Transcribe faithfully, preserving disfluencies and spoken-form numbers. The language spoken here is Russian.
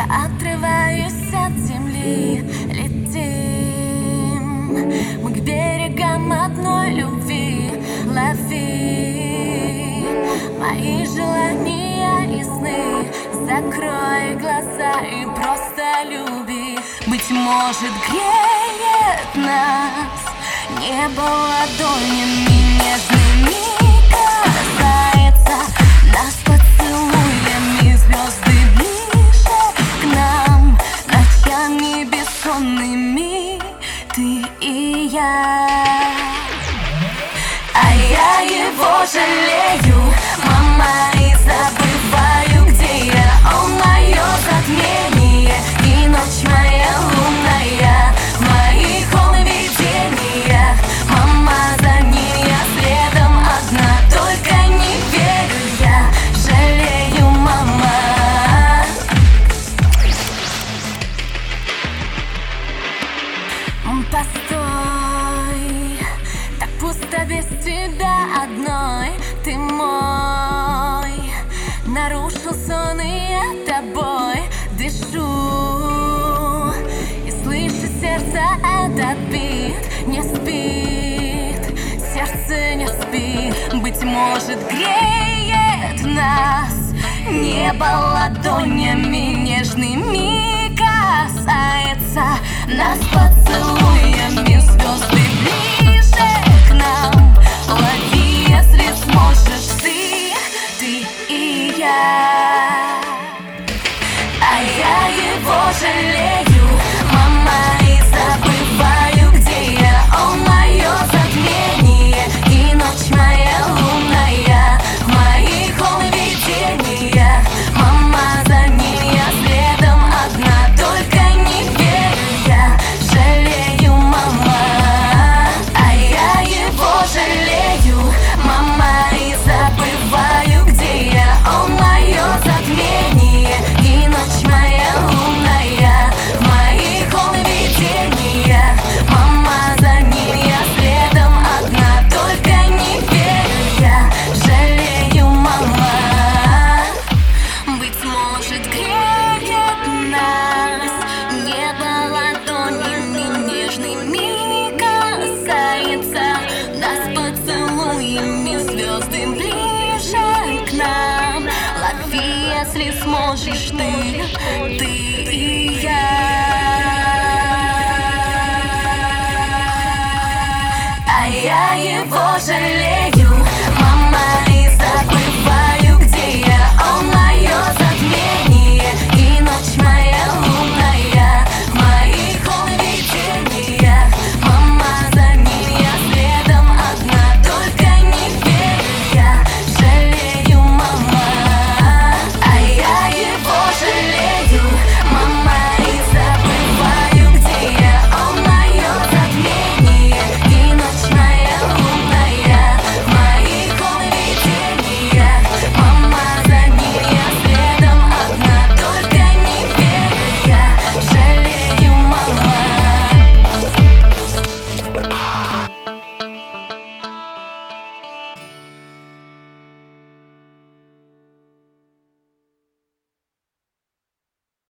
отрываюсь от земли, летим мы к берегам одной любви. Лови мои желания и сны, закрой глаза и просто люби. Быть может, греет нас небо ладонями нежными, касается нас поцелуями, звезды ближе к нам, ночами бессонными, ты и я. А я его жалею, мама, и забываю, где я. Он мое затмение и ночь моя лунная, в моих он видения. Мама, за ним я следом одна, только не верю я, жалею, мама. Постой, так пусто без тебя одной. Ты мой, нарушил сон, и я тобой дышу. И слышу сердце этот бит, не спит, сердце не спит. Быть может, греет нас небо ладонями нежными, касается нас поцелуями, звезды ближе к нам. Лови, если сможешь, ты, ты и я. А я его жалею, мама, и забываю, где я. Он мое затмение и ночь моя лунная, в моих он видения. Мама, за ним я следом одна, только не верю я, жалею, мама. А я его жалею, мама, и забываю, где я. Он мое затмение и ночь моя лунная, в моих он видения. Мама, за ним я следом одна, только не верю я, жалею, мама. Быть может, греет нас небо ладонями нежными, касается нас поцелуями, звезды ближе к нам. Лови, если сможешь, ты, ты и я. А я его жалею,